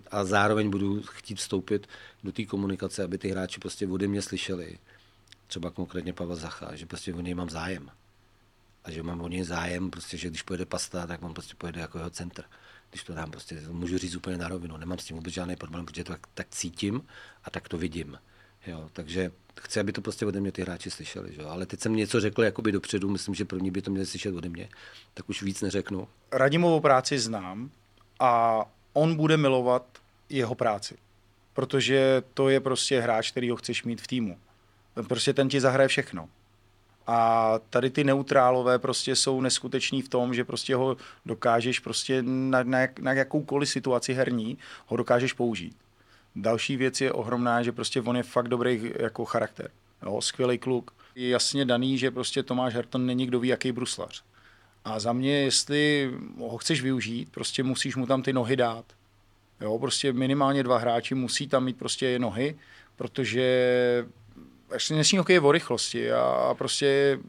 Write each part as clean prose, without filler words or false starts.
a zároveň budu chtít vstoupit do té komunikace, aby ty hráči prostě ode mě slyšeli, třeba konkrétně Pavel Zacha, že prostě o něj mám zájem. A že mám o něj zájem, prostě, že když pojede Pasta, tak on prostě pojede jako jeho centr. Když to dám, prostě můžu říct úplně na rovinu, nemám s tím vůbec žádný problém, protože to tak cítím a tak to vidím. Jo, takže chci, aby to prostě ode mě ty hráči slyšeli. Jo. Ale teď jsem něco řekl jakoby dopředu, myslím, že první by to měli slyšet ode mě, tak už víc neřeknu. Radimovu práci znám a on bude milovat jeho práci, protože to je prostě hráč, který ho chceš mít v týmu. Prostě ten ti zahraje všechno. A tady ty neutrálové prostě jsou neskuteční v tom, že prostě ho dokážeš prostě na jakoukoliv situaci herní ho dokážeš použít. Další věc je ohromná, že prostě on je fakt dobrý jako charakter. Jo, skvělý kluk. Je jasně daný, že prostě Tomáš Hertel není kdo ví jaký bruslař. A za mě, jestli ho chceš využít, prostě musíš mu tam ty nohy dát. Jo, prostě minimálně 2 hráči musí tam mít prostě nohy, protože dnešní hokej je o rychlosti a prostě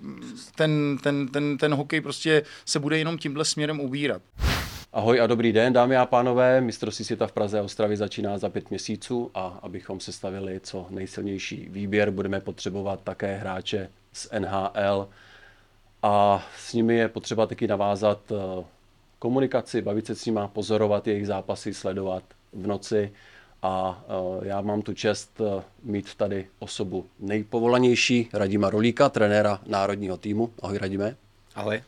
ten hokej prostě se bude jenom tímhle směrem ubírat. Ahoj a dobrý den, dámy a pánové. Mistrovství světa v Praze a Ostravě začíná za 5 měsíců a abychom sestavili co nejsilnější výběr, budeme potřebovat také hráče z NHL a s nimi je potřeba taky navázat komunikaci, bavit se s nima, pozorovat jejich zápasy, sledovat v noci. A já mám tu čest mít tady osobu nejpovolanější, Radima Rolíka, trenéra národního týmu. Ahoj Radime. Ahoj.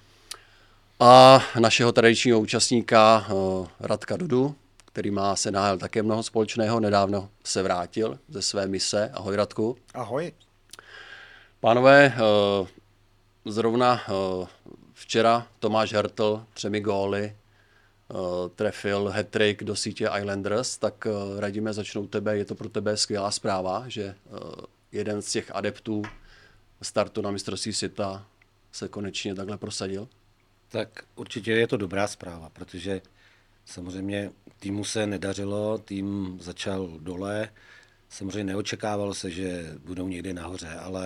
A našeho tradičního účastníka Radka Dudu, který má se NHL také mnoho společného, nedávno se vrátil ze své mise. Ahoj Radku. Ahoj. Pánové, zrovna včera Tomáš Hertl 3 góly trefil hat-trick do sítě Islanders, tak Radime, začnou tebe. Je to pro tebe skvělá zpráva, že jeden z těch adeptů startu na mistrovství světa se konečně takhle prosadil? Tak určitě je to dobrá zpráva, protože samozřejmě týmu se nedařilo, tým začal dole, samozřejmě neočekávalo se, že budou někde nahoře,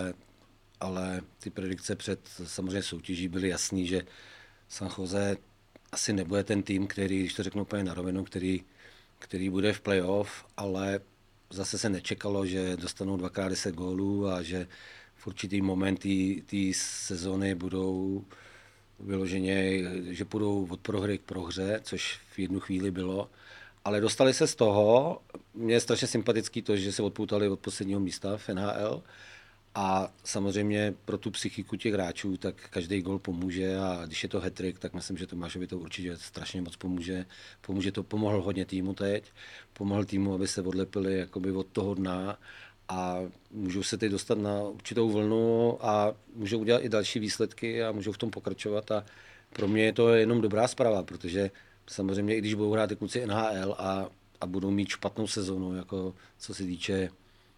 ale ty predikce před samozřejmě soutěží byly jasný, že San Jose asi nebude ten tým, který, když to řeknu úplně na rovinu, který bude v playoff, ale zase se nečekalo, že dostanou 2x10 gólů a že v určitý moment té sezóny budou vyloženě, že půjdou od prohry k prohře, což v jednu chvíli bylo. Ale dostali se z toho, mně je strašně sympatický to, že se odpoutali od posledního místa v NHL. A samozřejmě pro tu psychiku těch hráčů, tak každý gol pomůže a když je to hat-trick, tak myslím, že Tomášovi to určitě strašně moc pomůže. Pomohl hodně týmu teď, pomohl týmu, aby se odlepili jakoby od toho dna a můžou se teď dostat na určitou vlnu a můžou udělat i další výsledky a můžou v tom pokračovat a pro mě je to jenom dobrá zpráva, protože samozřejmě i když budou hrát ty kluci NHL a budou mít špatnou sezonu, jako co se týče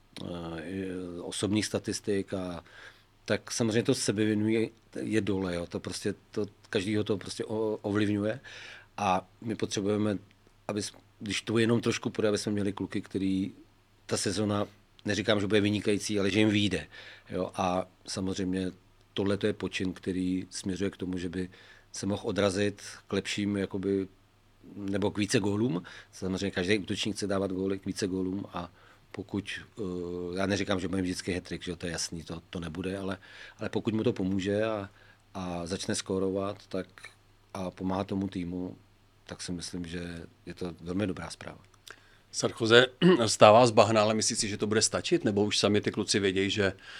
osobních statistik a tak samozřejmě to sebevědomí je dole, jo. To prostě každýho to prostě ovlivňuje a my potřebujeme, když to jenom trošku půjde, aby jsme měli kluky, který ta sezona, neříkám, že bude vynikající, ale že jim vyjde, jo. A samozřejmě tohle to je počin, který směřuje k tomu, že by se mohl odrazit k lepším, jakoby, nebo k více gólům. Samozřejmě každý útočník chce dávat góly k více gólům a pokud, já neříkám, že bude vždycky hat-trick, že to je jasný, to nebude, ale pokud mu to pomůže a začne skórovat tak a pomáhá tomu týmu, tak si myslím, že je to velmi dobrá zpráva. San Jose stává z bahna, ale myslíš si, že to bude stačit? Nebo už sami ty kluci vědějí,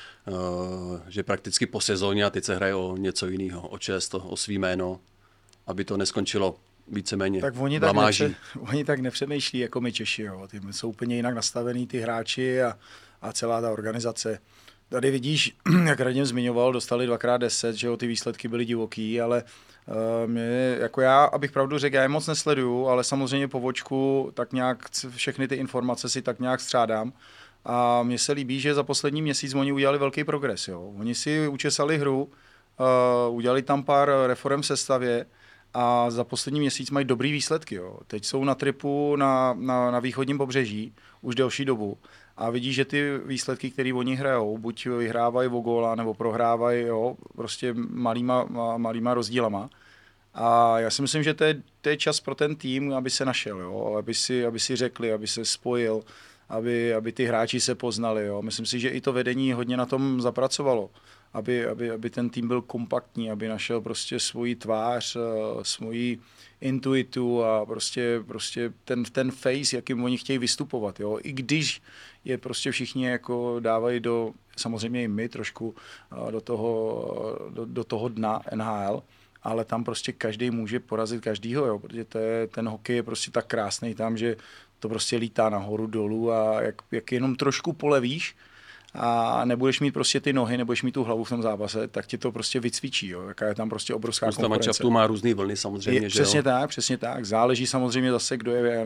že prakticky po sezóně a teď se hraje o něco jiného, o čest, o svý jméno, aby to neskončilo víceméně tak blamáží. Oni tak nepřemýšlí jako my Češi. Jo. Ty jsou úplně jinak nastavení ty hráči a celá ta organizace. Tady vidíš, jak Radim zmiňoval, dostali 2x10, že jo, ty výsledky byly divoký, ale jako já, abych pravdu řekl, já je moc nesleduju, ale samozřejmě po vočku tak nějak všechny ty informace si tak nějak střádám. A mně se líbí, že za poslední měsíc oni udělali velký progres. Jo. Oni si učesali hru, udělali tam pár reforem v sestavě, a za poslední měsíc mají dobrý výsledky. Jo. Teď jsou na tripu na východním pobřeží už delší dobu a vidíš, že ty výsledky, které oni hrajou, buď vyhrávají o góla, nebo prohrávají, jo, prostě malýma rozdílama. A já si myslím, že to je čas pro ten tým, aby se našel, jo? Aby si řekli, aby se spojil, aby ty hráči se poznali. Jo? Myslím si, že i to vedení hodně na tom zapracovalo, aby ten tým byl kompaktní, aby našel prostě svoji tvář, svoji intuitu a prostě ten face, jakým oni chtějí vystupovat. Jo? I když je prostě všichni jako dávají samozřejmě i my trošku do toho dna NHL, ale tam prostě každý může porazit každýho, jo? Protože ten hokej je prostě tak krásný tam, že to prostě lítá nahoru, dolů a jak jenom trošku polevíš a nebudeš mít prostě ty nohy, nebudeš mít tu hlavu v tom zápase, tak ti to prostě vycvičí, jo? Jaká je tam prostě obrovská konkurence. Spousta má různý vlny samozřejmě, že přesně jo? Tak, přesně tak. Záleží samozřejmě zase, kdo je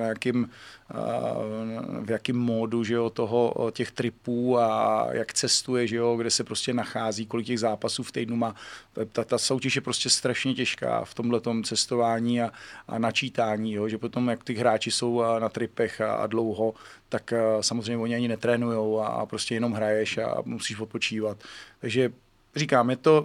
v jakém módu, že jo, těch tripů a jak cestuje, že jo, kde se prostě nachází, kolik těch zápasů v týdnu má. Ta soutěž je prostě strašně těžká v tomhletom cestování a načítání, jo, že potom, jak ty hráči jsou na tripech a dlouho, tak samozřejmě oni ani netrénujou a prostě jenom hraješ a musíš odpočívat. Takže říkám,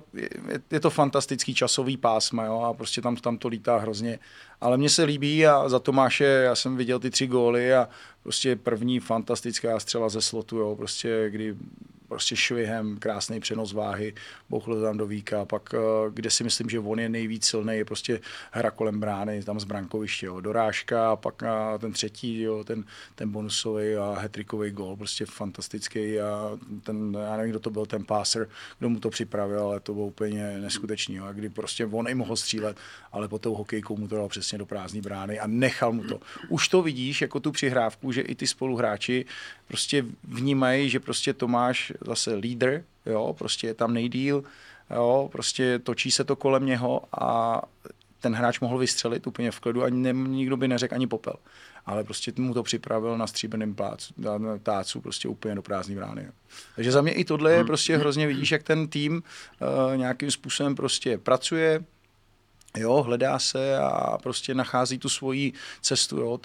je to fantastický časový pásma, jo, a prostě tam to lítá hrozně. Ale mně se líbí a za Tomáše, já jsem viděl ty 3 góly a prostě první fantastická střela ze slotu, jo, prostě kdy prostě švihem, krásný přenos váhy, bouchl tam do víka, pak kde si myslím, že on je nejvíc silný, je prostě hra kolem brány, tam z brankoviště, jo, dorážka a pak ten třetí, jo, ten bonusový a hat-trickový gól, prostě fantastický a já nevím, kdo to byl ten passer, kdo mu to připravil, ale to bylo úplně neskutečný, jo, kdy prostě on i mohl střílet, ale po tou hokejkou mu to dal přesně do prázdné brány a nechal mu to. Už to vidíš, jako tu přihrávku, že i ty spoluhráči prostě vnímají, že prostě Tomáš zase lídr, jo, prostě je tam nejdýl, jo, prostě točí se to kolem něho a ten hráč mohl vystřelit úplně v klidu a nikdo by neřekl ani popel. Ale prostě mu to připravil na stříbrném tácu prostě úplně do prázdné brány. Jo. Takže za mě i tohle je prostě hrozně, vidíš, jak ten tým nějakým způsobem prostě pracuje, jo, hledá se a prostě nachází tu svoji cestu, jo,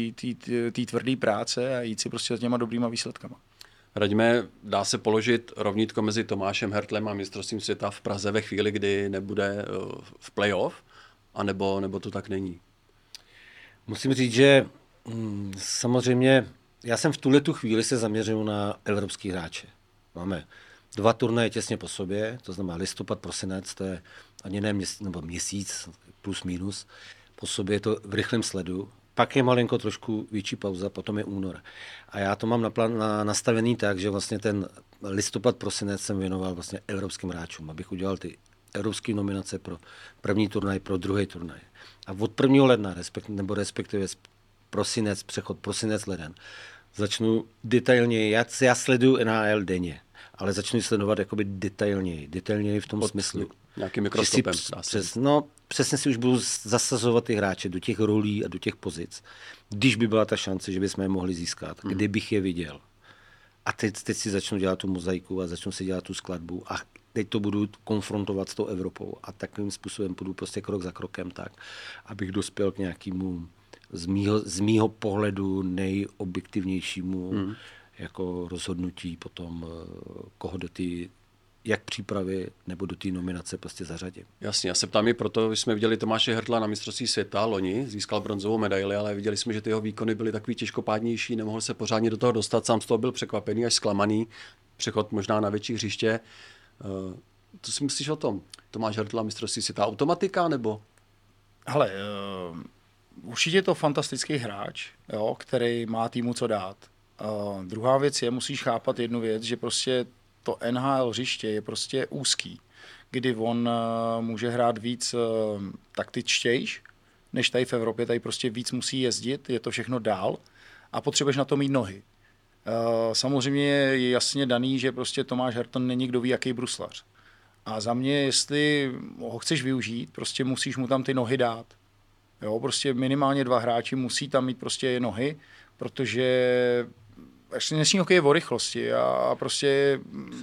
té tvrdé práce a jít si prostě s těma dobrýma výsledkama. Radíme, dá se položit rovnítko mezi Tomášem Hertlem a mistrovstvím světa v Praze ve chvíli, kdy nebude v playoff, anebo to tak není? Musím říct, že samozřejmě já jsem v tuhletu chvíli se zaměřil na evropský hráče. Máme 2 turnaje těsně po sobě, to znamená listopad, prosinec, to je ani ne měsíc plus minus, po sobě je to v rychlém sledu. Pak je malinko trošku větší pauza, potom je únor. A já to mám nastavený tak, že vlastně ten listopad, prosinec jsem věnoval vlastně evropským hráčům, abych udělal ty evropské nominace pro první turnaj, pro druhý turnaj. A od 1. ledna, respektive prosinec, přechod prosinec-leden, začnu detailněji, já sleduju NHL denně, ale začnu sledovat jakoby detailněji v tom smyslu. Nějakým mikroskopem. Přesně si už budu zasazovat ty hráče do těch rolí a do těch pozic, když by byla ta šance, že bychom je mohli získat, kdybych je viděl. A teď si začnu dělat tu mozaiku a začnu si dělat tu skladbu a teď to budu konfrontovat s tou Evropou a takovým způsobem budu prostě krok za krokem tak, abych dospěl k nějakému z mýho pohledu nejobjektivnějšímu jako rozhodnutí potom, koho do ty jak přípravy nebo do té nominace prostě zařadím. Jasně, já se ptám i proto, že jsme viděli Tomáše Hertla na mistrovství světa loni, získal bronzovou medaili, ale viděli jsme, že ty jeho výkony byly takový těžkopádnější, nemohl se pořádně do toho dostat, sám z toho byl překvapený až zklamaný, přechod možná na větší hřiště. Co si myslíš o tom? Tomáš Hertl, mistrovství světa, automatika nebo? Hele, určitě je to fantastický hráč, jo, který má týmu co dát. Druhá věc je, musíš chápat jednu věc, že prostě to NHL hřiště je prostě úzký, kdy on může hrát víc taktičtějš, než tady v Evropě, tady prostě víc musí jezdit, je to všechno dál a potřebuješ na to mít nohy. Samozřejmě je jasně daný, že prostě Tomáš Hertl není kdo ví jaký bruslař. A za mě, jestli ho chceš využít, prostě musíš mu tam ty nohy dát. Jo, prostě minimálně 2 hráči musí tam mít prostě nohy, protože dnešní hokej je o rychlosti a prostě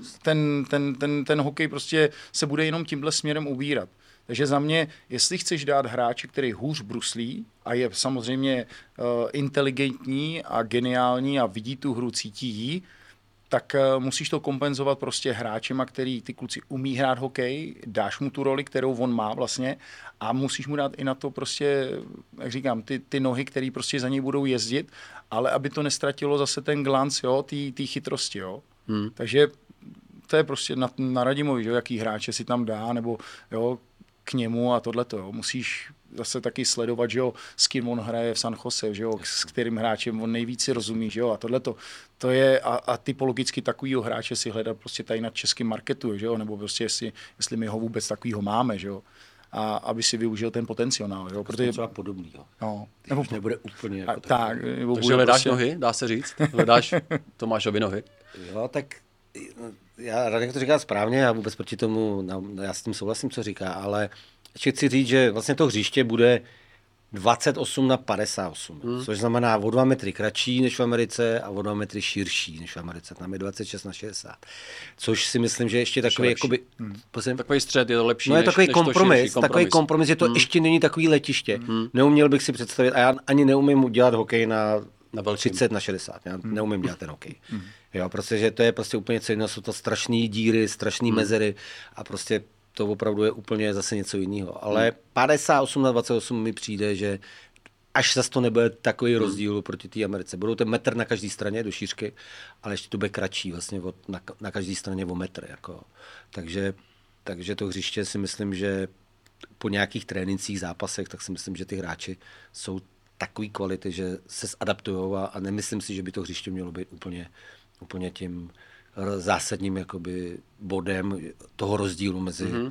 ten hokej prostě se bude jenom tímhle směrem ubírat. Takže za mě, jestli chceš dát hráče, který hůř bruslí a je samozřejmě inteligentní a geniální a vidí tu hru, cítí ji, tak musíš to kompenzovat prostě hráčema, který ty kluci umí hrát hokej, dáš mu tu roli, kterou on má vlastně a musíš mu dát i na to prostě, jak říkám, ty nohy, který prostě za něj budou jezdit, ale aby to nestratilo zase ten glanc, jo, té chytrosti, jo. Takže to je prostě na Radimovi, že, jaký hráče si tam dá, nebo jo, k němu a tohleto, jo. Musíš zase taky sledovat, že jo, s kým on hraje v San Jose, že jo, s kterým hráčem on nejvíc si rozumí, že jo, a tohleto. To je a typologicky takovýho hráče si hledat prostě tady na českém marketu, že jo, nebo prostě jestli my ho vůbec takovýho máme, že jo, a aby si využil ten potenciál, jo, protože třeba podobný, jo. No, nebo nebude úplně jako tak, takže hledáš prostě nohy, dá se říct, hledáš Tomášovi nohy. Jo, tak Radek to říká správně, já vůbec proti tomu, já s tím souhlasím, co říká, ale ještě chci říct, že vlastně to hřiště bude 28x58, což znamená o 2 metry kratší než v Americe a o 2 metry širší než v Americe. Tam je 26x60. Což si myslím, že ještě takový jakoby... Takový střed je to lepší, no je takový než kompromis, takový kompromis, že to ještě není takový letiště. Neuměl bych si představit, a já ani neumím udělat hokej na 30x60. Já neumím dělat ten hokej. Jo, protože to je prostě úplně co jiného, jsou to strašné díry, strašné mezery a prostě to opravdu je úplně zase něco jiného. Ale 58x28 mi přijde, že až zase to nebude takový rozdíl proti té Americe. Budou ten metr na každé straně do šířky, ale ještě to bude kratší vlastně na každé straně o metr. Jako. Takže to hřiště si myslím, že po nějakých trénincích, zápasech, tak si myslím, že ty hráči jsou takový kvality, že se zadaptujou a nemyslím si, že by to hřiště mělo být úplně tím zásadním jakoby bodem toho rozdílu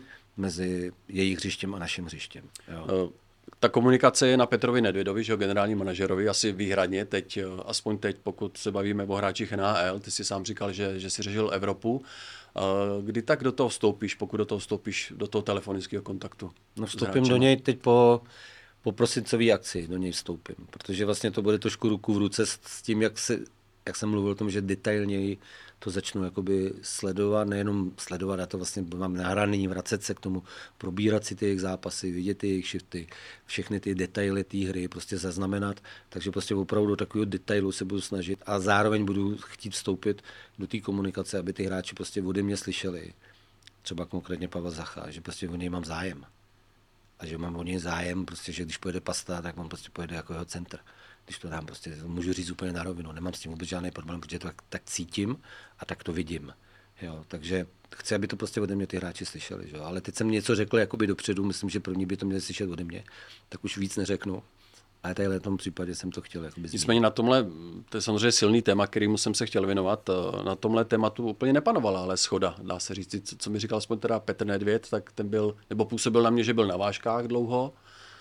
mezi jejich hřištěm a naším hřištěm. Jo. Ta komunikace je na Petrovi Nedvědovi, že generální manažerovi, asi výhradně teď, aspoň teď, pokud se bavíme o hráčích NHL, ty si sám říkal, že si řešil Evropu. Kdy tak do toho vstoupíš, pokud do toho vstoupíš, do toho telefonického kontaktu? No vstoupím do něj teď po prosincové akci, do něj vstoupím, protože vlastně to bude trošku ruku v ruce s tím, jak jsem mluvil o tom, že detailněji to začnu jakoby sledovat, nejenom sledovat, já to vlastně mám nahraný, vracet se k tomu, probírat si ty jejich zápasy, vidět ty jejich shifty, všechny ty detaily té hry prostě zaznamenat, takže prostě opravdu do takového detailu se budu snažit a zároveň budu chtít vstoupit do té komunikace, aby ty hráči prostě ode mě slyšeli, třeba konkrétně Pavel Zacha, že prostě o něj mám zájem. A že mám o něj zájem, prostě, že když pojede Pasta, tak on prostě pojede jako jeho centr. Když to dám, prostě můžu říct úplně na rovinu, nemám s tím vůbec žádný problém, protože to tak cítím a tak to vidím. Jo, takže chci, aby to prostě ode mě ty hráči slyšeli. Že? Ale teď jsem něco řekl jakoby dopředu, myslím, že první by to měli slyšet ode mě, tak už víc neřeknu. Ale tady v tom případě jsem to chtěl jakoby zmínit. Nicméně na tomhle, to je samozřejmě silný téma, kterému jsem se chtěl věnovat, na tomhle tématu úplně nepanovala, ale shoda, dá se říct. Co mi říkal aspoň teda Petr Nedvěd, tak ten byl, nebo působil na mě, že byl na vážkách dlouho.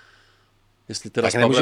Jestli teda tak nemůžu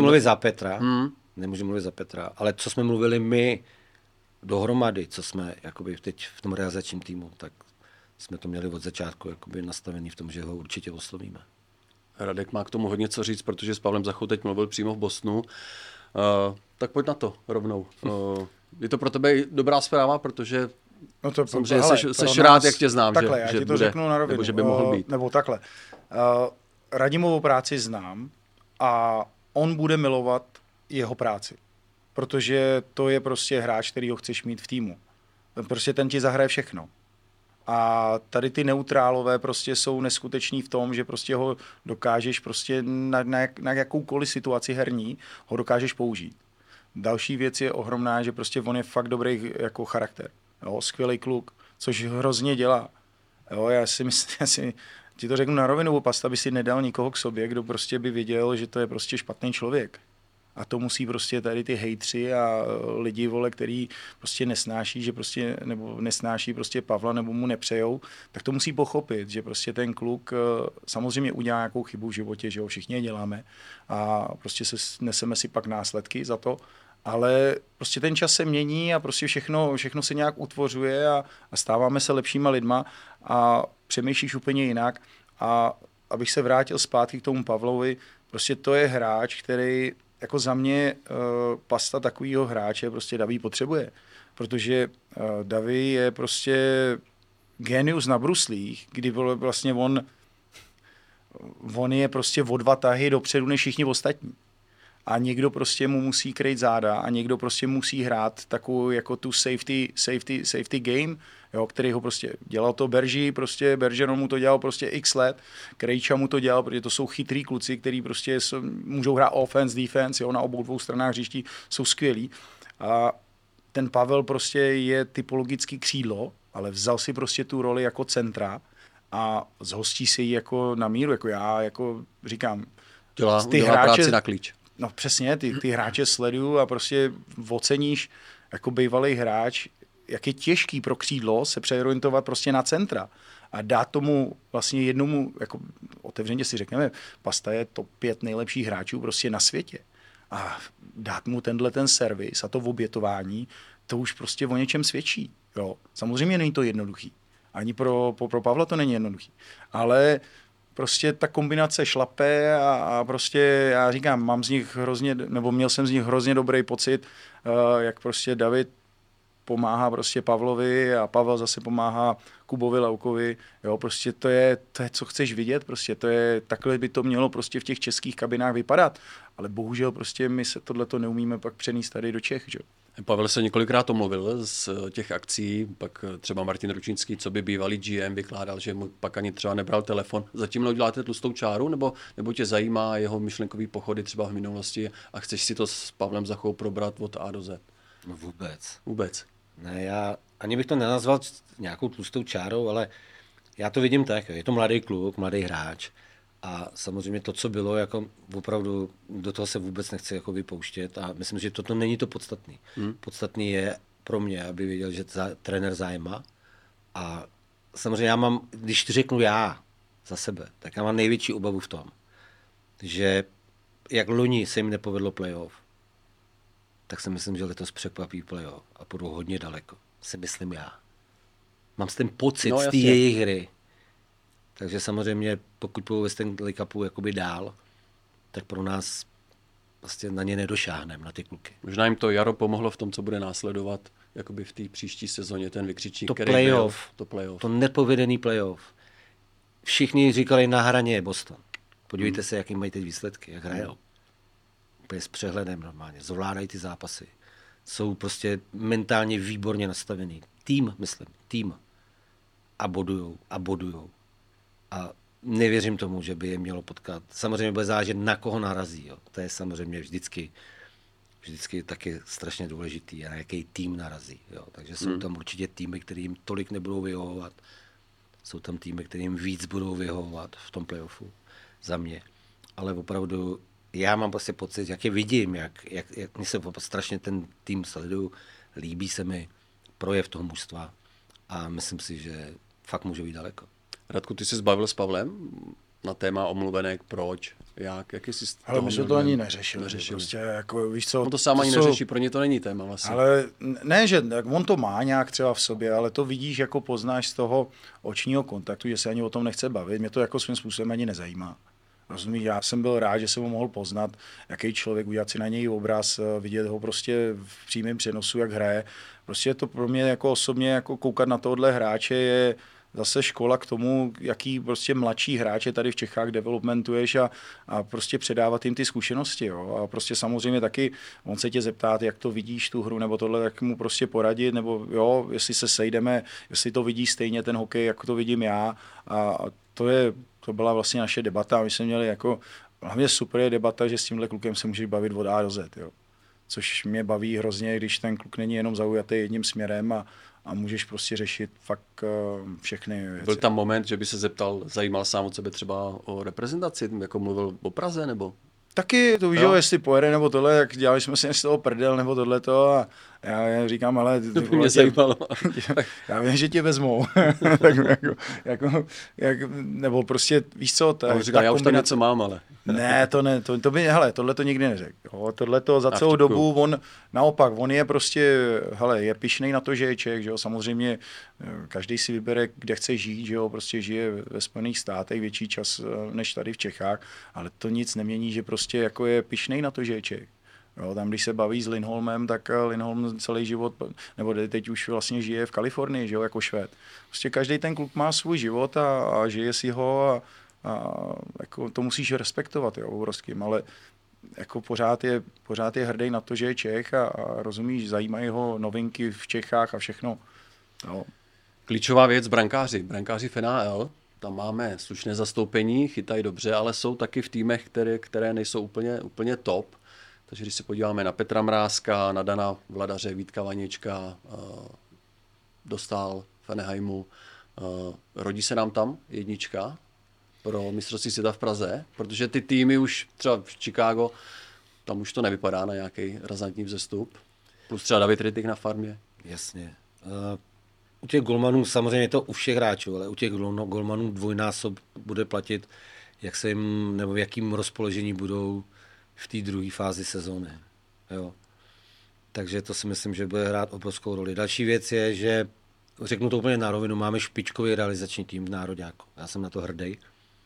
mluvit za Petra, ale co jsme mluvili my dohromady, co jsme jakoby teď v tom realizačním týmu, tak jsme to měli od začátku jakoby nastavený v tom, že ho určitě oslovíme. Radek má k tomu hodně co říct, protože s Pavlem Zachou teď mluvil přímo v Bostonu. Tak pojď na to rovnou. Je to pro tebe dobrá zpráva, protože samozřejmě jsi rád, jak tě znám, takhle, že to řeknu na rovinu, nebo že by mohl být. Nebo takhle. Radimovu práci znám a on bude milovat jeho práci, protože to je prostě hráč, který ho chceš mít v týmu. Prostě ten ti zahraje všechno. A tady ty neutrálové prostě jsou neskuteční v tom, že prostě ho dokážeš prostě na jakoukoliv situaci herní ho dokážeš použít. Další věc je ohromná, že prostě on je fakt dobrý jako charakter. Jo, skvělý kluk, což hrozně dělá. Jo, já si myslím, ti to řeknu na rovinu, Pasta by si nedal nikoho k sobě, kdo prostě by viděl, že to je prostě špatný člověk. A to musí prostě tady ty hejtři a lidi, vole, který prostě nesnáší, že prostě, nebo nesnáší prostě Pavla, nebo mu nepřejou, tak to musí pochopit, že prostě ten kluk samozřejmě udělá nějakou chybu v životě, že ho všichni je děláme a prostě neseme si pak následky za to, ale prostě ten čas se mění a prostě všechno se nějak utvořuje a stáváme se lepšíma lidma a přemýšlíš úplně jinak. A abych se vrátil zpátky k tomu Pavlovi, prostě to je hráč, který jako za mě Pasta takovýho hráče prostě Davy potřebuje, protože Davy je prostě genius na bruslích, kdy vlastně on je prostě o 2 tahy dopředu než všichni ostatní. a někdo prostě mu musí kryt záda a někdo prostě musí hrát takovou jako tu safety game, jo, který ho prostě dělal to Berži, prostě Bergeron mu to dělal prostě x let, Krejča mu to dělal, protože to jsou chytrý kluci, který prostě můžou hrát offense, defense, jo, na obou dvou stranách hřiští jsou skvělí. A ten Pavel prostě je typologický křídlo, ale vzal si prostě tu roli jako centra a zhostí si ji jako na míru, jako já jako říkám. Dělá práci na klíč. No přesně, ty hráče sleduju a prostě oceníš jako bývalý hráč, jak je těžký pro křídlo se přeorientovat prostě na centra a dát tomu vlastně jednomu, jako otevřeně si řekneme, Pasta je top 5 nejlepších hráčů prostě na světě. A dát mu ten servis a to obětování, to už prostě o něčem svědčí. Jo. Samozřejmě není to jednoduchý. Ani pro Pavla to není jednoduchý. Ale prostě ta kombinace šlape a prostě já říkám, mám z nich hrozně, nebo měl jsem z nich hrozně dobrý pocit, jak prostě David pomáhá prostě Pavlovi a Pavel zase pomáhá Kubovi Laukovi. Jo, prostě to je, co chceš vidět, prostě to je, takhle by to mělo prostě v těch českých kabinách vypadat. Ale bohužel prostě my se tohleto neumíme pak přenést tady do Čech, že? Pavel se několikrát omluvil z těch akcí, pak třeba Martin Ručínský, co by bývalý GM, vykládal, že mu pak ani třeba nebral telefon. Zatím děláte tlustou čáru, nebo tě zajímá jeho myšlenkový pochody třeba v minulosti a chceš si to s Pavlem Zachou probrat od A do Z? No Vůbec. Ne, já ani bych to nenazval nějakou tlustou čárou, ale já to vidím tak, je to mladý kluk, mladý hráč a samozřejmě to, co bylo, jako opravdu do toho se vůbec nechci jako vypouštět a myslím, že toto není to podstatný. Podstatný je pro mě, aby věděl, že trenér zájma a samozřejmě já mám, když to řeknu já za sebe, tak já mám největší obavu v tom, že jak loni se jim nepovedlo playoff, tak si myslím, že letos překvapí playoff a půjdou hodně daleko. Si myslím já. Mám ten pocit z té jejich hry. Takže samozřejmě, pokud půjdou ve Stanley Cupu jakoby dál, tak pro nás vlastně na ně nedošáhneme, na ty kluky. Možná jim to jaro pomohlo v tom, co bude následovat jakoby v té příští sezóně, ten vykřičník, to playoff. To nepovedený playoff. Všichni říkali, na hraně je Boston. Podívejte se, jaký mají teď výsledky, jak hrajou. Úplně s přehledem normálně, zvládají ty zápasy. Jsou prostě mentálně výborně nastavený. Tým. A bodujou. A nevěřím tomu, že by je mělo potkat. Samozřejmě bude záležet, na koho narazí. Jo. To je samozřejmě vždycky taky strašně důležitý, a jaký tým narazí. Jo. Takže jsou tam určitě týmy, kterým tolik nebudou vyhovovat. Jsou tam týmy, kterým víc budou vyhovovat v tom playoffu za mě. Ale opravdu já mám prostě pocit, jak je vidím, jak mi se strašně ten tým sleduju, líbí se mi projev toho mužstva a myslím si, že fakt můžu jít daleko. Radku, ty jsi zbavil s Pavlem na téma omluvenek, proč, jaký jsi z ale my jsme to ani neřešili. Prostě jako, víš co, on to sám ani neřeší, pro ně to není téma vlastně. Ale ne, že on to má nějak třeba v sobě, ale to vidíš, jako poznáš z toho očního kontaktu, že se ani o tom nechce bavit. Mě to jako svým způsobem ani nezajímá. Rozumíš, já jsem byl rád, že jsem ho mohl poznat, jaký člověk, udělat si na něj obraz, vidět ho prostě v přímém přenosu, jak hraje. Prostě je to pro mě jako osobně, jako koukat na tohohle hráče je zase škola k tomu, jaký prostě mladší hráče tady v Čechách developmentuješ a prostě předávat jim ty zkušenosti. Jo? A prostě samozřejmě taky on se tě zeptá, jak to vidíš tu hru, nebo tohle, jak mu prostě poradit, nebo jo, jestli se sejdeme, jestli to vidí stejně ten hokej, jak to vidím já. A to byla vlastně naše debata. My jsme měli jako, hlavně super je debata, že s tímhle klukem se můžeš bavit od A do Z. Jo? Což mě baví hrozně, když ten kluk není jenom zaujatý jedním směrem a můžeš prostě řešit fakt všechny věci. Byl tam moment, že by se zeptal, zajímal sám od sebe třeba o reprezentaci, jako mluvil o Praze, nebo? Taky to víš, jestli pojede nebo tohle, jak dělali jsme si z toho prdel nebo tohleto a já říkám, ale to by mě zajímalo. Já vím, že tě vezmou. Nebo prostě, víš co, já už tam něco mám, ale. Ne, to by, hele, tohle to nikdy neřekl. Tohle to za celou dobu, on je prostě, hele, je pyšnej na to, že je Čech, že jo, samozřejmě každý si vybere, kde chce žít, že jo, prostě žije ve Spojených státech větší čas než tady v Čechách, ale to nic nemění, že prostě jako je pyšnej na to, že je Čech. Jo, tam, když se baví s Lindholmem, tak Lindholm celý život, nebo teď už vlastně žije v Kalifornii, že jo, jako Švéd. Prostě každý ten kluk má svůj život a žije si ho a jako to musíš respektovat, jo, obrovským, ale jako pořád je hrdý na to, že je Čech a rozumíš, zajímají ho novinky v Čechách a všechno. No. Klíčová věc, brankáři v NHL, tam máme slušné zastoupení, chytají dobře, ale jsou taky v týmech, které nejsou úplně top. Takže když se podíváme na Petra Mrázka, na Dana Vladaře, Vítka Vaněčka, Dostál v Anaheimu, rodí se nám tam jednička pro mistrovství světa v Praze, protože ty týmy už třeba v Chicago, tam už to nevypadá na nějaký razantní vzestup. Plus třeba David Rittig na farmě. Jasně. U těch golmanů samozřejmě je to u všech hráčů, ale u těch golmanů dvojnásob bude platit, jak se jim, nebo v jakým rozpoložení budou v té druhé fázi sezóny. Jo. Takže to si myslím, že bude hrát obrovskou roli. Další věc je, že řeknu to úplně na rovinu, máme špičkový realizační tým v nároďáku. Já jsem na to hrdý.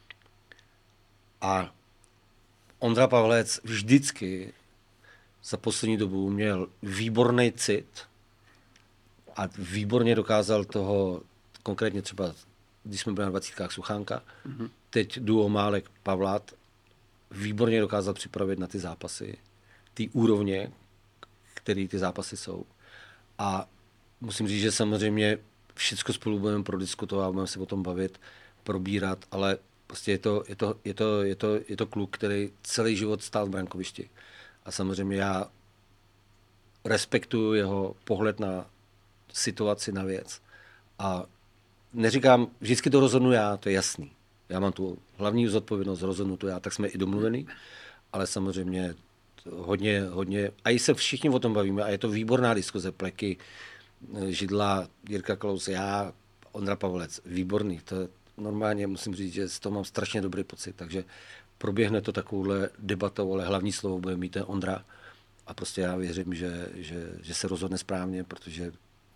A Ondra Pavlec vždycky za poslední dobu měl výborný cit a výborně dokázal toho, konkrétně třeba, když jsme byli na 20 Suchánka, teď duo Málek Pavlát, výborně dokázal připravit na ty zápasy, ty úrovně, které ty zápasy jsou. A musím říct, že samozřejmě všechno spolu budeme prodiskutovat, budeme se o tom bavit, probírat, ale prostě je to kluk, který celý život stál v brankovišti. A samozřejmě já respektuju jeho pohled na situaci, na věc. A neříkám, vždycky to rozhodnu já, to je jasný. Já mám tu hlavní zodpovědnost, rozhodnu to já, tak jsme i domluvení, ale samozřejmě hodně, a i se všichni o tom bavíme a je to výborná diskuze, Pleky, Židla, Jirka Klaus, já, Ondra Pavlec, výborný, to normálně musím říct, že z toho mám strašně dobrý pocit, takže proběhne to takovouhle debatou, ale hlavní slovo bude mít ten Ondra a prostě já věřím, že se rozhodne správně, protože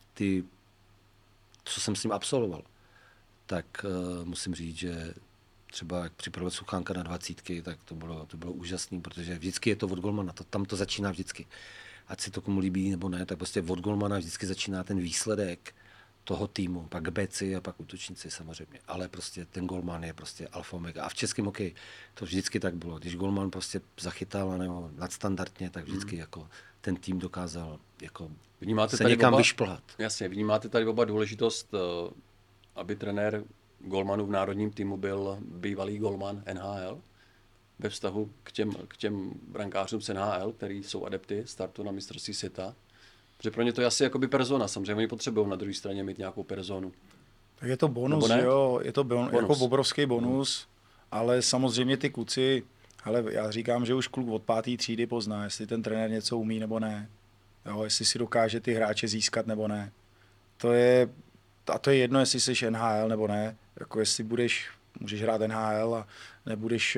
co jsem s ním absolvoval, tak musím říct, že třeba jak připravil Suchánka na 20, tak to bylo úžasné, protože vždycky je to od golmana, tam to začíná vždycky. Ať si to komu líbí nebo ne, tak prostě od golmana vždycky začíná ten výsledek toho týmu, pak beci a pak útočníci samozřejmě, ale prostě ten golman je prostě alfa omega. A v českém hokeji to vždycky tak bylo, když golman prostě zachytal nebo nadstandardně, tak vždycky jako ten tým dokázal jako se někam vyšplhat. Jasně, vnímáte tady oba důležitost, aby trenér golmanů v národním týmu byl bývalý golman NHL ve vztahu k těm brankářům z NHL, který jsou adepty startu na mistrovství světa. Protože pro ně to je asi jakoby persona, samozřejmě oni potřebují na druhé straně mít nějakou personu. Tak je to bonus, jo, je to bonus. Jako obrovský bonus, ale samozřejmě ty kluci, ale já říkám, že už kluk od 5. třídy pozná, jestli ten trenér něco umí nebo ne. Jo, jestli si dokáže ty hráče získat nebo ne. To je jedno, jestli jsi NHL nebo ne. Jako jestli můžeš hrát NHL a nebudeš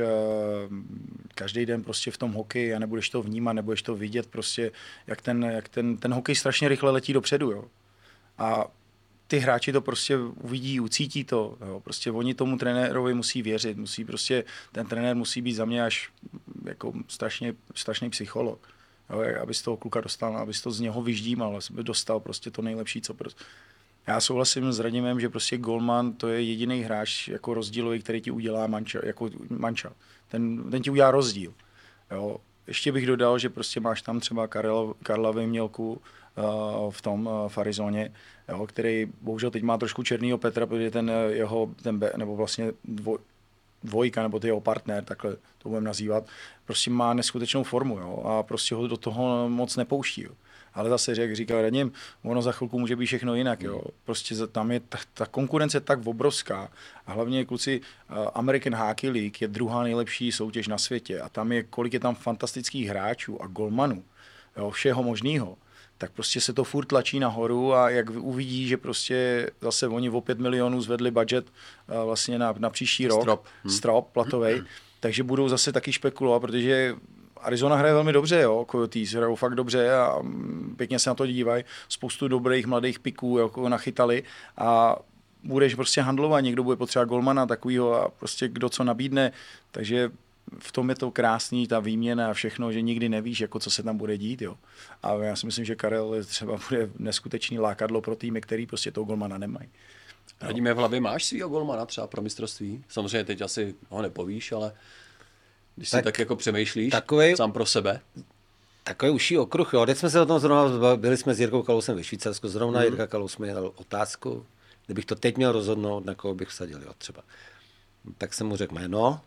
každý den prostě v tom hokeji a nebudeš to vnímat, nebudeš to vidět prostě, jak ten hokej strašně rychle letí dopředu, jo. A ty hráči to prostě uvidí, ucítí to, jo. Prostě oni tomu trenérovi musí věřit, ten trenér musí být za mě až jako strašný psycholog, jo, aby z toho kluka dostal, aby to z něho vyždímal, aby dostal prostě to nejlepší, co prostě. Já souhlasím s Radimem, že prostě golman to je jediný hráč jako rozdílový, který ti udělá manča. Ten ti udělá rozdíl. Jo. Ještě bych dodal, že prostě máš tam třeba Karla Vymělku v tom v Arizoně, jo, který bohužel teď má trošku černýho Petra, protože nebo vlastně dvojka, nebo jeho partner, takhle to budeme nazývat, prostě má neskutečnou formu, jo, a prostě ho do toho moc nepouští. Jo. Ale zase, jak říkal Radim, ono za chvilku může být všechno jinak. Jo. Prostě tam je ta konkurence tak obrovská. A hlavně kluci, American Hockey League je druhá nejlepší soutěž na světě. A tam kolik je tam fantastických hráčů a golmanů, jo, všeho možného. Tak prostě se to furt tlačí nahoru a jak uvidí, že prostě zase oni o 5 milionů zvedli budget vlastně na příští rok. Strop platovej. Takže budou zase taky spekulovat, protože Arizona hraje velmi dobře, jo, Coyotes hrajou fakt dobře a pěkně se na to dívají. Spoustu dobrých mladých piků jako nachytali a budeš prostě handlovat, někdo bude potřebovat golmana takovýho a prostě kdo co nabídne, takže v tom je to krásný, ta výměna a všechno, že nikdy nevíš, jako co se tam bude dít, jo. A já si myslím, že Karel třeba bude neskutečný lákadlo pro týmy, který prostě toho golmana nemají. Radíme, v hlavě máš svýho golmana třeba pro mistrovství? Samozřejmě teď asi ho nepovíš, ale Když si tak jako přemýšlíš sám pro sebe. Takový užší okruh, jo. Teď jsme se o tom zrovna, byli jsme s Jirkou Kalousem ve Švýcarsku, zrovna Jirka Kalous mi dal otázku, kdybych to teď měl rozhodnout, na koho bych vsadil, jo, třeba. Tak jsem mu řekl jméno.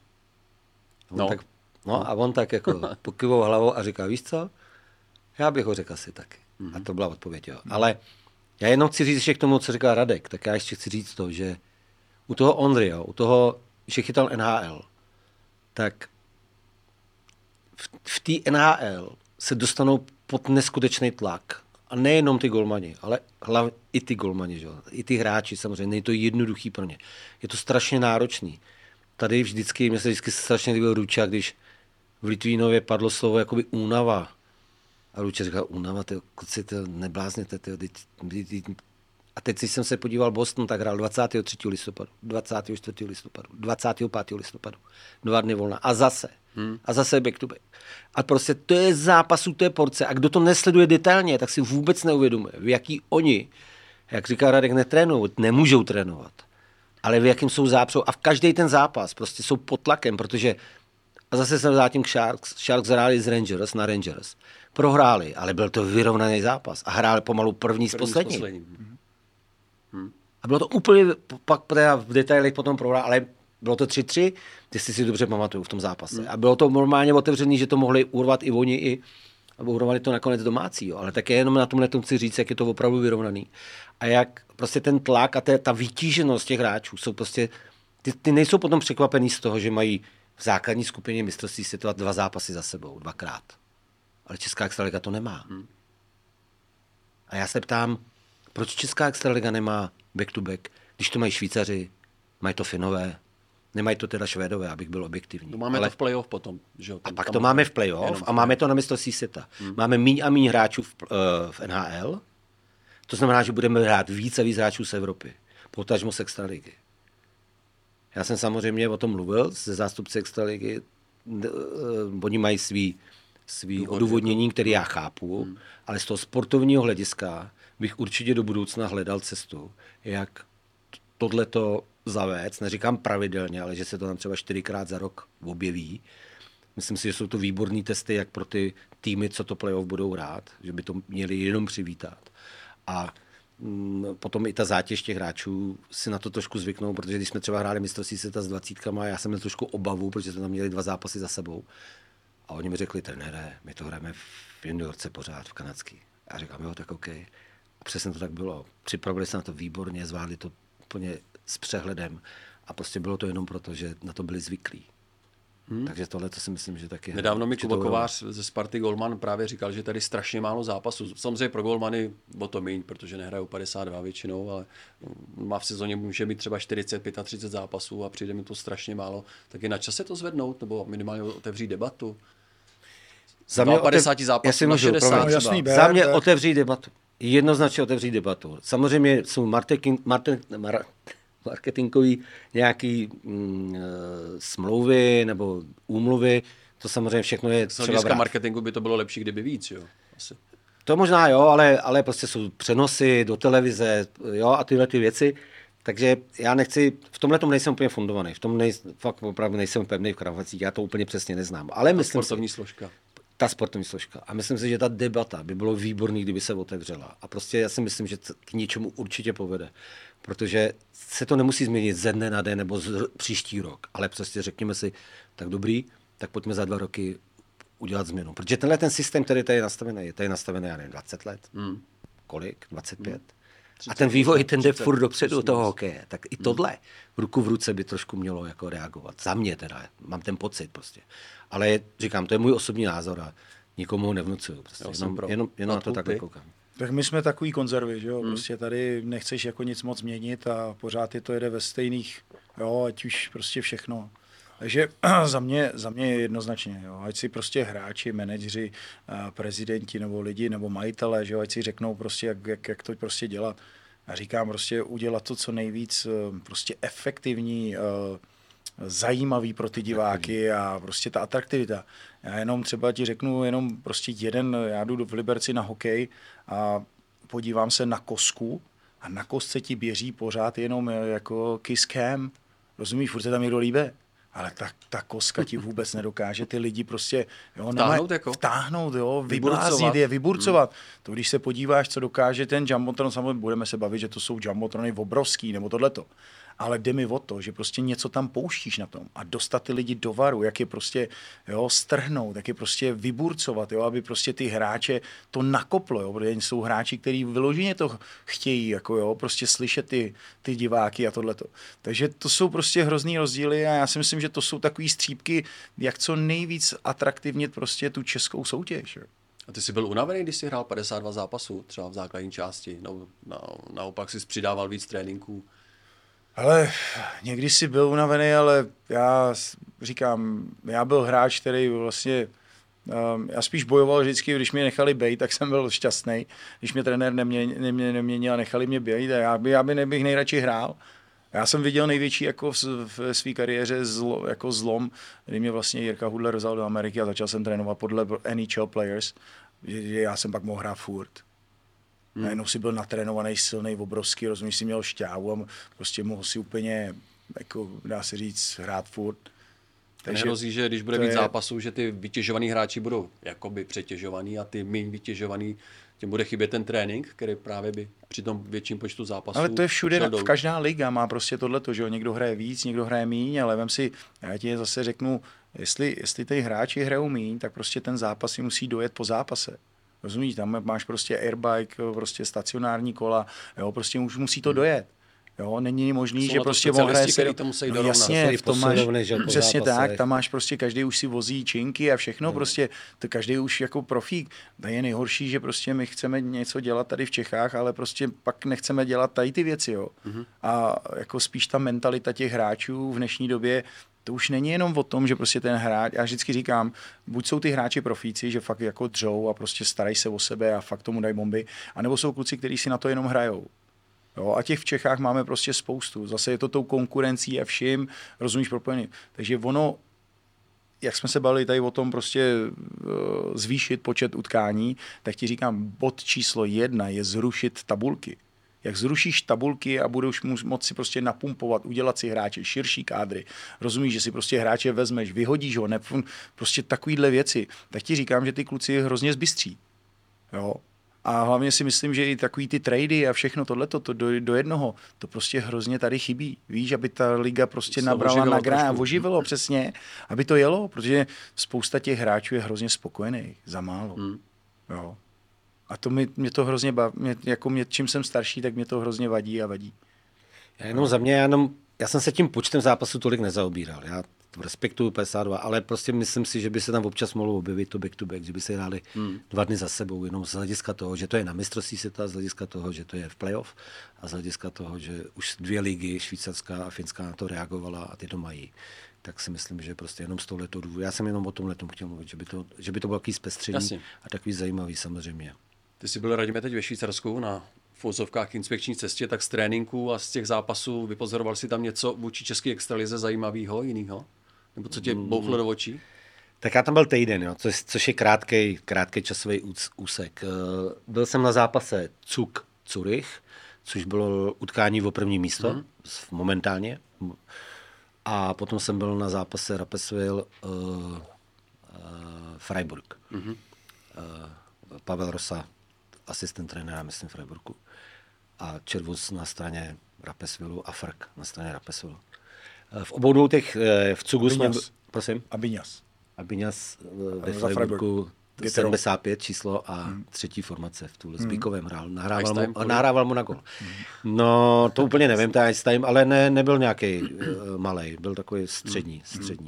A on tak jako pokyvou hlavou a říká, víš co? Já bych ho řekl asi taky. A to byla odpověď, jo. Ale já jenom chci říct ještě k tomu, co říká Radek, tak já ještě chci říct to, že u toho Ondryho, u toho, že chytal NHL, tak v té NHL se dostanou pod neskutečný tlak. A nejenom ty golmani, ale hlavně i ty golmani, že? I ty hráči samozřejmě. Není to jednoduchý pro ně. Je to strašně náročný. Tady mě se vždycky strašně líbil Ruča, když v Litvínově padlo slovo jakoby únava. A Ruča říkal, únava, kluci, neblázněte. A teď, když jsem se podíval Boston, tak hrál 23. listopadu, 24. listopadu, 25. listopadu. 2 dny volna. A zase back to back. A prostě to je zápasů, to je porce. A kdo to nesleduje detailně, tak si vůbec neuvědomuje, v jaký oni, jak říká Radek, netrénují, nemůžou trénovat. Ale v jakým jsou zápasů. A v každý ten zápas prostě jsou pod tlakem, protože a zase se vrátím k Sharks. Sharks hráli z Rangers na Rangers. Prohráli, ale byl to vyrovnaný zápas. A hráli pomalu první s posledním. A bylo to úplně, pak v detailech potom prohrál, ale bylo to 3-3, jestli si dobře pamatuju v tom zápase. A bylo to normálně otevřený, že to mohli urvat i oni, a urvali to nakonec domácí. Jo. Ale také jenom na tomhle tomu chci říct, jak je to opravdu vyrovnaný. A jak prostě ten tlak a ta vytíženost těch hráčů jsou prostě, ty nejsou potom překvapený z toho, že mají v základní skupině mistrovství světa 2 zápasy za sebou, 2krát. Ale Česká extraliga to nemá. A já se ptám, proč Česká extraliga nemá back-to-back, když to mají Švýcaři, mají to Finové, nemají to teda Švédové, abych byl objektivní. No máme to v playoff potom. Že? A pak to máme v playoff a máme to na mistrovství světa. Máme míň a míň hráčů v NHL, to znamená, že budeme hrát víc a víc hráčů z Evropy. Potažmo z extraligy. Já jsem samozřejmě o tom mluvil se zástupci extraligy, oni mají svý odůvodnění, které já chápu, ale z toho sportovního hlediska bych určitě do budoucna hledal cestu, jak tohleto zavést, neříkám pravidelně, ale že se to tam třeba 4krát za rok objeví. Myslím si, že jsou to výborný testy, jak pro ty týmy, co to playoff budou hrát, že by to měli jenom přivítat. A potom i ta zátěž těch hráčů si na to trošku zvyknou, protože když jsme třeba hráli mistrovství světa s 20, já jsem měl trošku obavu, protože jsme tam měli 2 zápasy za sebou. A oni mi řekli, trenére, my to hrajeme v juniorce pořád, v kanadský. A říkám, jo, tak OK. A přesně to tak bylo. Připravili se na to výborně, zvládli to úplně s přehledem. A prostě bylo to jenom proto, že na to byli zvyklí. Takže tohle to si myslím, že taky... Nedávno mi Kuba Kovář ze Sparty Golman právě říkal, že tady strašně málo zápasů. Samozřejmě pro golmany o to míň, protože nehrajou 52 většinou, ale má v sezóně může mít třeba 40, 35 zápasů a přijde mi to strašně málo. Tak je na čase to zvednout, nebo minimálně otevřít debatu. Za mě 50 zápasů na 60. Za mě otevřít debatu. Jednoznačně otevřít debatu. Samozřejmě jsou marketingový nějaký smlouvy nebo úmluvy, to samozřejmě všechno je třeba hlediska marketingu by to bylo lepší, kdyby víc, jo? Asi. To možná jo, ale prostě jsou přenosy do televize, jo, a tyhle ty věci. Takže já nechci, v tomhle tom nejsem úplně fundovaný, fakt opravdu nejsem pevný v kravacích, já to úplně přesně neznám. Ale myslím sportovní složka. Ta sportovní složka. A myslím si, že ta debata by bylo výborný, kdyby se otevřela. A prostě já si myslím, že k něčemu určitě povede. Protože se to nemusí změnit ze dne na den nebo příští rok. Ale prostě řekněme si, tak dobrý, tak pojďme za 2 roky udělat změnu. Protože tenhle ten systém, který tady je nastavený, já nevím, 20 let. Kolik? 25? 30, a ten vývoj, ten jde furt dopředu toho hokeje. Tak i tohle ruku v ruce by trošku mělo jako reagovat. Za mě teda, mám ten pocit prostě. Ale říkám, to je můj osobní názor a nikomu ho nevnucuju. Prostě. Jenom na to takhle koukám. Tak my jsme takový konzervy, že jo? Prostě tady nechceš jako nic moc měnit a pořád je to jede ve stejných, jo, ať už prostě všechno. Takže za mě jednoznačně, jo, ať si prostě hráči, manažeři, prezidenti nebo lidi nebo majitelé, že jo, ať si řeknou prostě, jak to prostě dělat. A říkám prostě udělat to co nejvíc prostě efektivní, zajímavý pro ty diváky a prostě ta atraktivita. Já jenom třeba ti řeknu jenom prostě já jdu v Liberci na hokej a podívám se na kosku a na kosce ti běží pořád jenom jako kiss cam. Rozumíš, furt se tam někdo líbe. ale ta koska ti vůbec nedokáže ty lidi prostě vtáhnout, jo, vybláznit je, vyburcovat. To když se podíváš, co dokáže ten jumbotron, samozřejmě budeme se bavit, že to jsou jumbotrony obrovský nebo tohleto. Ale jde mi o to, že prostě něco tam pouštíš na tom a dostat ty lidi do varu, jak je prostě strhnout, jak je prostě vyburcovat, jo, aby prostě ty hráče to nakoplo, jo, protože jsou hráči, kteří vyloženě to chtějí, jako jo, prostě slyšet ty diváky a tohleto. Takže to jsou prostě hrozný rozdíly a já si myslím, že to jsou takový střípky, jak co nejvíc atraktivnit prostě tu českou soutěž. Jo. A ty jsi byl unavený, když jsi hrál 52 zápasů, třeba v základní části, naopak jsi přidával víc tréninků? Ale někdy si byl unavený, ale já říkám, já byl hráč, který vlastně, já spíš bojoval vždycky, když mě nechali bejt, tak jsem byl šťastný. Když mě trenér neměnil a nechali mě bejt, já bych nejradši hrál. Já jsem viděl největší jako v své kariéře zlom, kdy mě vlastně Jirka Hudler vzal do Ameriky a začal jsem trénovat podle NHL players, že já jsem pak mohl hrát furt. Najednou si byl natrénovaný, silný, obrovský, rozumíš, si měl šťávu a prostě mohl si úplně, jako dá se říct, hrát furt. Takže hrozí, že když bude víc zápasů, že ty vytěžovaný hráči budou jakoby přetěžovaný a ty méně vytěžovaný, těm bude chybět ten trénink, který právě by při tom větším počtu zápasů. Ale to je všude, každá liga má prostě tohleto, že jo, někdo hraje víc, někdo hraje míň, ale vem si, já ti zase řeknu, jestli ty hráči hrajou míň, tak prostě ten zápas si musí dojet po zápase. Rozumíš, tam máš prostě airbike, prostě stacionární kola, jo, prostě už musí to dojet. Jo, není možný, že prostě on hraje se... No jasně, v tom máš, přesně tak, tam máš prostě, každý už si vozí činky a všechno, prostě, to každý už jako profík. To je nejhorší, že prostě my chceme něco dělat tady v Čechách, ale prostě pak nechceme dělat tady ty věci, jo. A jako spíš ta mentalita těch hráčů v dnešní době, to už není jenom o tom, že prostě ten hráč, já vždycky říkám, buď jsou ty hráči profíci, že fakt jako dřou a prostě starají se o sebe a fakt tomu dají bomby, anebo jsou kluci, kteří si na to jenom hrajou. Jo, a těch v Čechách máme prostě spoustu. Zase je to tou konkurencí a vším, rozumíš, propojený. Takže ono, jak jsme se bavili tady o tom prostě zvýšit počet utkání, tak ti říkám, bod číslo 1 je zrušit tabulky. Jak zrušíš tabulky a budeš moci prostě napumpovat, udělat si hráče, širší kádry, rozumíš, že si prostě hráče vezmeš, vyhodíš ho, prostě takovýhle věci, tak ti říkám, že ty kluci hrozně zbystří. Jo. A hlavně si myslím, že i takový ty trady a všechno tohleto, to do jednoho, to prostě hrozně tady chybí. Víš, aby ta liga prostě nabrala na grá a oživilo přesně, aby to jelo, protože spousta těch hráčů je hrozně spokojených, za málo. Jo. A to mě to hrozně baví, čím jsem starší, tak mě to hrozně vadí a vadí. Já jsem se tím počtem zápasů tolik nezaobíral. Já respektuju 52, ale prostě myslím si, že by se tam občas mohlo objevit to back-to-back, že by se hráli 2 dny za sebou, jenom z hlediska toho, že to je na mistrovství světa, z hlediska toho, že to je v playoff a z hlediska toho, že už 2 ligy, švýcarská a finská, na to reagovala a ty to mají. Tak si myslím, že prostě jenom z tohleto důvodu. Já jsem jenom o tomhletom chtěl mluvit, že by to bylo takový zpestření a takový zajímavý samozřejmě. Ty jsi byl, Radime, teď ve Švýcarsku na v uvozovkách inspekční cestě, tak z tréninku a z těch zápasů vypozoroval si tam něco vůči české extralize zajímavého, jinýho? Nebo co tě bouchlo do očí? Tak já tam byl týden, jo, což je krátký časový úsek. Byl jsem na zápase Zug Zurich, což bylo utkání o první místo momentálně. A potom jsem byl na zápase Rapperswil Freiburg. Pavel Rosa, asistent trenéra, myslím, Freiburgu. A Červus na straně Rapperswilu a Frk na straně Rapperswilu. V obou dvou těch, v Cugu jsme... Prosím? Abiňas ve Freiburgu 75 číslo a třetí formace v Tule. S Bíkovem hrál. Nahrával mu na gol. No, to úplně nevím, ten ice time, ale nebyl nějaký malej, byl takový střední.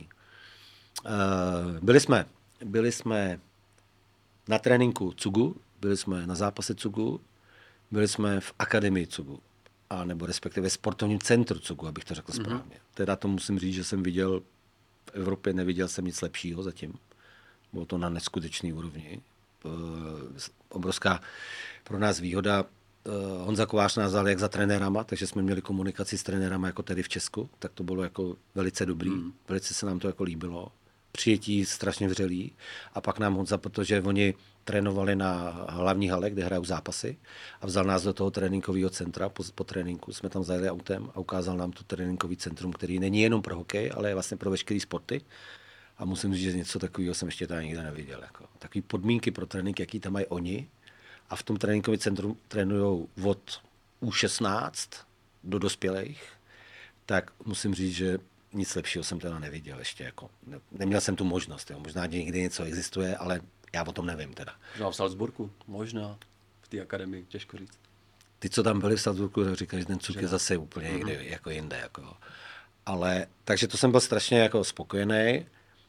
Byli jsme na tréninku Cugu, byli jsme na zápase Cugu, byli jsme v akademii Cugu, a nebo respektive sportovním centru Cugu, abych to řekl správně. Teda to musím říct, že jsem viděl v Evropě, neviděl jsem nic lepšího zatím. Bylo to na neskutečné úrovni. Obrovská pro nás výhoda. Honza Kovář nás dal jak za trenérama, takže jsme měli komunikaci s trenérama jako tady v Česku, tak to bylo jako velice dobrý. Velice se nám to jako líbilo. přijetí strašně vřelý a pak nám Honza, protože oni trénovali na hlavní hale, kde hrajou zápasy a vzal nás do toho tréninkového centra po tréninku. Jsme tam zajeli autem a ukázal nám to tréninkový centrum, který není jenom pro hokej, ale je vlastně pro veškeré sporty. A musím říct, že něco takového jsem ještě tady nikdy neviděl. Jako. Takové podmínky pro trénink, jaký tam mají oni. A v tom tréninkovém centru trénují od U16 do dospělých. Tak musím říct, že nic lepšího jsem teda neviděl ještě. Jako. Neměl jsem tu možnost. Jo. Možná, že někdy něco existuje, ale já o tom nevím teda. Možná v Salzburgu, možná v té akademii, těžko říct. Ty, co tam byli v Salzburgu, tak říkají, že ten cuk je zase úplně někde jako jinde. Jako. Ale, takže to jsem byl strašně jako spokojený.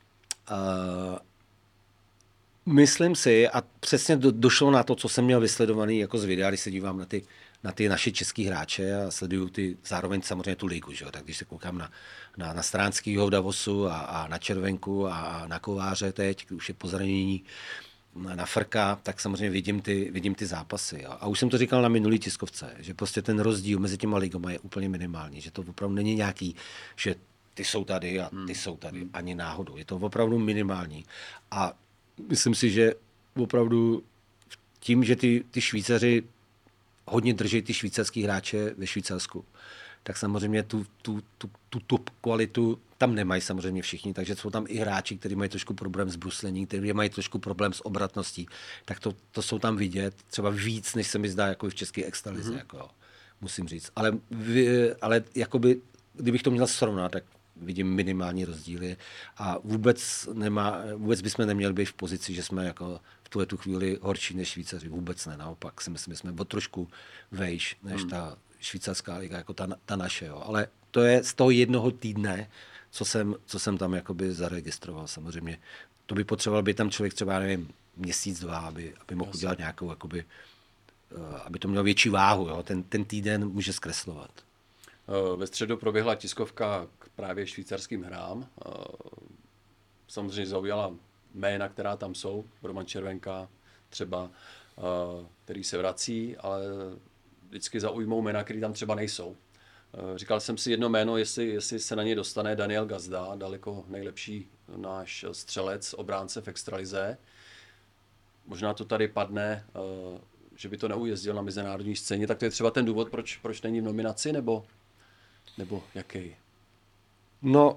Myslím si, a přesně došlo na to, co jsem měl vysledovaný jako z videa, když se dívám na ty naše český hráče a sleduju zároveň samozřejmě tu ligu, že? Tak když se koukám na Stránskýho v Davosu a na Červenku a na Kováře teď, už je po zranění, na Frka, tak samozřejmě vidím ty zápasy. Jo. A už jsem to říkal na minulý tiskovce, že prostě ten rozdíl mezi těma ligama je úplně minimální, že to opravdu není nějaký, že ty jsou tady a ty jsou tady, ani náhodou. Je to opravdu minimální. A myslím si, že opravdu tím, že ty Švýcaři hodně drží ty švýcarský hráče ve Švýcarsku, tak samozřejmě tu top kvalitu tam nemají samozřejmě všichni, takže jsou tam i hráči, kteří mají trošku problém s bruslení, kteří mají trošku problém s obratností, tak to jsou tam vidět třeba víc, než se mi zdá jako v české extralize, jako, musím říct. Ale jakoby, kdybych to měl srovnat, tak vidím minimální rozdíly a vůbec bychom neměli být v pozici, že jsme jako v tu chvíli horší než Švýcaři. Vůbec ne, naopak si myslím, že jsme o trošku vejš než ta švýcarská liga, jako ta naše. Jo. Ale to je z toho jednoho týdne, co jsem tam jakoby zaregistroval samozřejmě. To by potřeboval být tam člověk třeba, nevím, měsíc, dva, aby mohl udělat nějakou, jakoby, aby to mělo větší váhu. Jo. Ten týden může zkreslovat. Ve středu proběhla tiskovka k právě švýcarským hrám. Samozřejmě zaujala jména, která tam jsou. Roman Červenka třeba, který se vrací, ale vždycky zaujmou jména, které tam třeba nejsou. Říkal jsem si jedno jméno, jestli se na něj dostane Daniel Gazda, daleko nejlepší náš střelec, obránce v extralize. Možná to tady padne, že by to neujezdil na mezinárodní scéně, tak to je třeba ten důvod, proč není v nominaci, nebo jaký? No,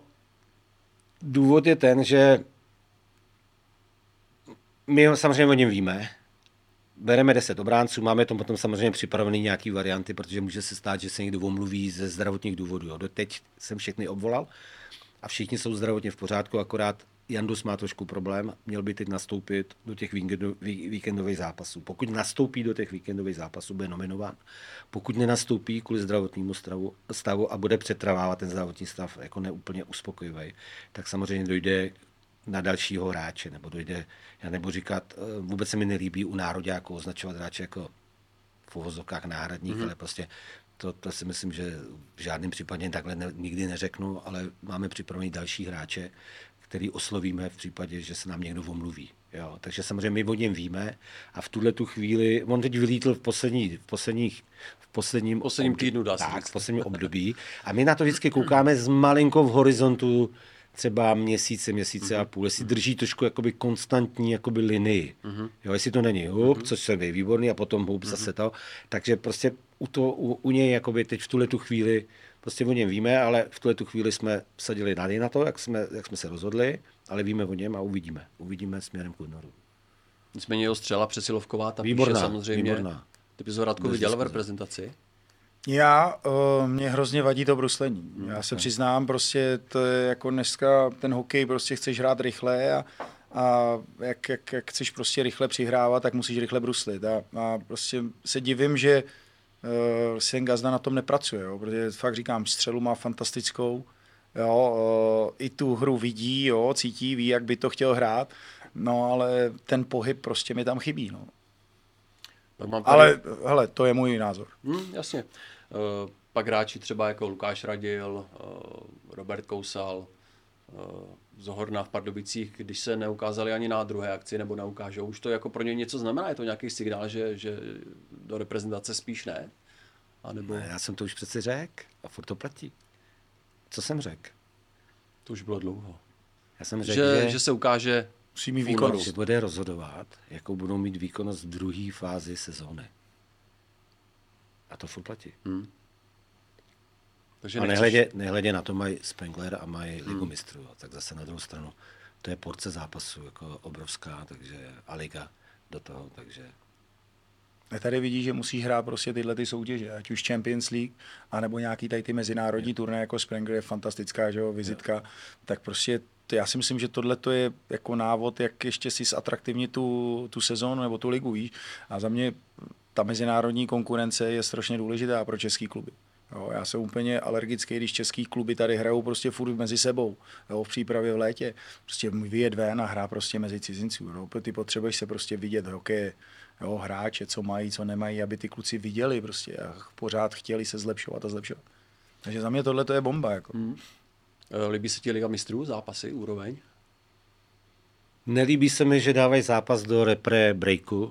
důvod je ten, že my samozřejmě o něm víme, bereme 10 obránců, máme tam potom samozřejmě připravený nějaký varianty, protože může se stát, že se někdo omluví ze zdravotních důvodů. Jo. Doteď jsem všechny obvolal a všichni jsou zdravotně v pořádku, akorát Jandus má trošku problém, měl by teď nastoupit do těch víkendových zápasů. Pokud nastoupí do těch víkendových zápasů, bude nominován. Pokud nenastoupí kvůli zdravotnímu stavu a bude přetrvávat ten zdravotní stav jako neúplně uspokojivý, tak samozřejmě dojde na dalšího hráče, nebo dojde, já nebudu říkat, vůbec se mi nelíbí u nároďáků označovat hráče jako v uvozovkách náhradník, ale prostě to si myslím, že v žádném případě takhle nikdy neřeknu, ale máme připravený další hráče, který oslovíme v případě, že se nám někdo omluví. Jo. Takže samozřejmě my o něm víme a v tuhle tu chvíli, on teď vylítl v posledním týdnu, dá se říct. V posledním období a my na to vždycky koukáme z malinko v horizontu třeba měsíce a půl, jestli drží trošku jakoby konstantní jakoby linii. Jo, jestli to není hub, což je výborný, a potom hub zase to. Takže prostě u něj jakoby teď v tuhle tu chvíli prostě o něm víme, ale v tuhle tu chvíli jsme vsadili naději na to, jak jsme se rozhodli, ale víme o něm a uvidíme. Uvidíme směrem k únoru. Nicméně jeho střela přesilovková, ta výborná, píše samozřejmě. Výborná. Ty bys ho, Radko, viděl v reprezentaci? Mě hrozně vadí to bruslení. Já se přiznám, prostě to je jako dneska ten hokej, prostě chceš hrát rychle a jak chceš prostě rychle přihrávat, tak musíš rychle bruslit. A prostě se divím, že ten Gazda na tom nepracuje, jo, protože fakt říkám, střelu má fantastickou, jo, i tu hru vidí, jo, cítí, ví, jak by to chtěl hrát, no ale ten pohyb prostě mi tam chybí, no. Ale hele, to je můj názor. Jasně. Pak hráči třeba jako Lukáš Radil, Robert Kousal, Zohorna v Pardubicích, když se neukázali ani na druhé akci nebo neukážou, už to jako pro ně něco znamená? Je to nějaký signál, že do reprezentace spíš ne? A nebo... Já jsem to už přece řekl a furt to platí. Co jsem řekl? To už bylo dlouho. Já jsem řekl, že se ukáže Musí mít v únoru. výkonnost. že bude rozhodovat, jakou budou mít výkonnost v druhé fázi sezóny. A to furt platí. Takže A nechceš- nehledě na to mají Spengler a mají Ligu mistrů. Tak zase na druhou stranu, to je porce zápasů jako obrovská, takže a liga do toho, takže... A tady vidíš, že musí hrát prostě tyhle ty soutěže, ať už Champions League, anebo nějaký tady ty mezinárodní turné jako Spengler je fantastická, že jo, vizitka, tak prostě já si myslím, že tohle to je jako návod, jak ještě si zatraktivnit tu sezónu nebo tu ligu, víš. A za mě ta mezinárodní konkurence je strašně důležitá pro český kluby. Jo, já jsem úplně alergický, když český kluby tady hrajou prostě furt mezi sebou, jo, v přípravě v létě. Prostě vyjet ven a hrá prostě mezi cizinců. Jo. Ty potřebuješ se prostě vidět hokeje, jo, hráče, co mají, co nemají, aby ty kluci viděli prostě a pořád chtěli se zlepšovat a zlepšovat. Takže za mě tohle to je bomba. Jako. Líbí se ti Liga mistrů, zápasy, úroveň? Nelíbí se mi, že dávají zápas do repre breaku.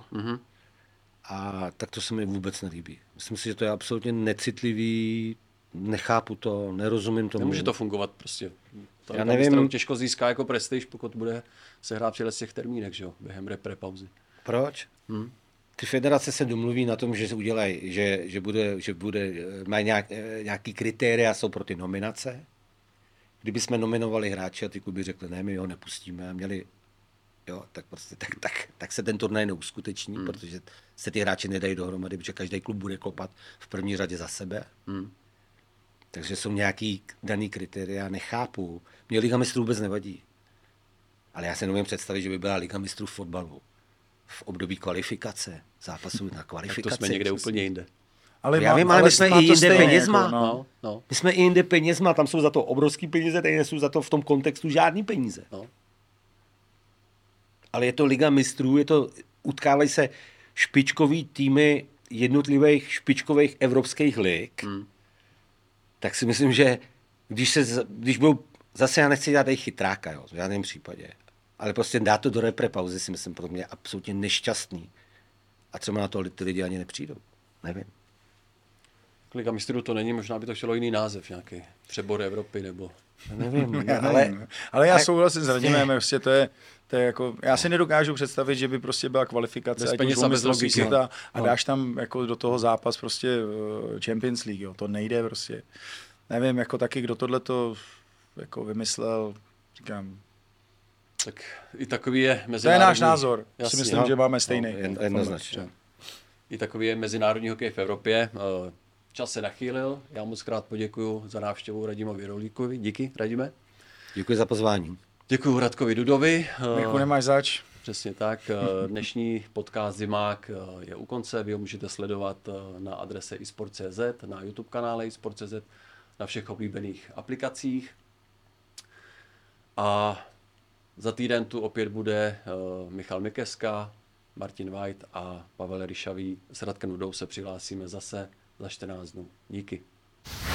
A tak to se mi vůbec nelíbí. Myslím si, že to je absolutně necitlivý, nechápu to, nerozumím tomu. Nemůže to fungovat prostě. Ta Já Liga nevím. mistrů těžko získá jako prestiž, pokud bude se hrát v těch termínech, že jo, během repre pauzy. Proč? Ty federace se domluví na tom, že se udělají, že mají nějaký kritéria, jsou pro ty nominace. Kdyby jsme nominovali hráče a ty kluby řekli, ne, my ho nepustíme a měli, jo, tak prostě tak se ten turnaj neuskuteční, protože se ty hráči nedají dohromady, protože každý klub bude kopat v první řadě za sebe. Takže jsou nějaký daný kritéria, nechápu. Mě Liga mistrů vůbec nevadí. Ale já se nemůžu představit, že by byla Liga mistrů v fotbalu v období kvalifikace, zápasů na Tak kvalifikaci. to jsme někde úplně jinde. Ale Já vím, ale my jsme má i to jinde stejně, penězma. Jako, no. No. My jsme i jinde penězma, tam jsou za to obrovský peníze, tady nejsou za to v tom kontextu žádný peníze. No. Ale je to Liga mistrů, utkávají se špičkový týmy jednotlivých špičkových evropských lig, tak si myslím, že když budou, zase já nechci dělat tady chytráka, jo, v žádném případě, ale prostě dát to do repre pauzy si myslím, pro mě je absolutně nešťastný. A třeba na to ty lidi ani nepřijdou. Nevím. Liga mistrů to není, možná by to chtělo jiný název, nějaký přebor Evropy nebo... Nevím, Já nevím. Ale já souhlasím s Radimem, prostě to je jako, já si nedokážu představit, že by prostě byla kvalifikace Bez ať peněz už a o bez mistrovství logiky. světa a dáš tam jako do toho zápas prostě Champions League, jo. To nejde prostě. Nevím, jako taky, kdo tohle to jako vymyslel, říkám. Tak i takový je To je mezinárodní... náš názor. Si Jasně. myslím, že máme stejný. Jednoznačně. I takový je mezinárodní hokej v Evropě. Čas se nachýlil. Já moc krát poděkuju za návštěvu Radimovi Rolíkovi. Díky, Radime. Děkuji za pozvání. Děkuju Radkovi Dudovi. Miku, nemáš zač. Přesně tak. Dnešní podcast Zimák je u konce. Vy ho můžete sledovat na adrese isport.cz, na YouTube kanále isport.cz, na všech oblíbených aplikacích. A za týden tu opět bude Michal Mikeska, Martin White a Pavel Ryšavý. S Radkem Dudou se přihlásíme zase za 14 dnů. Díky.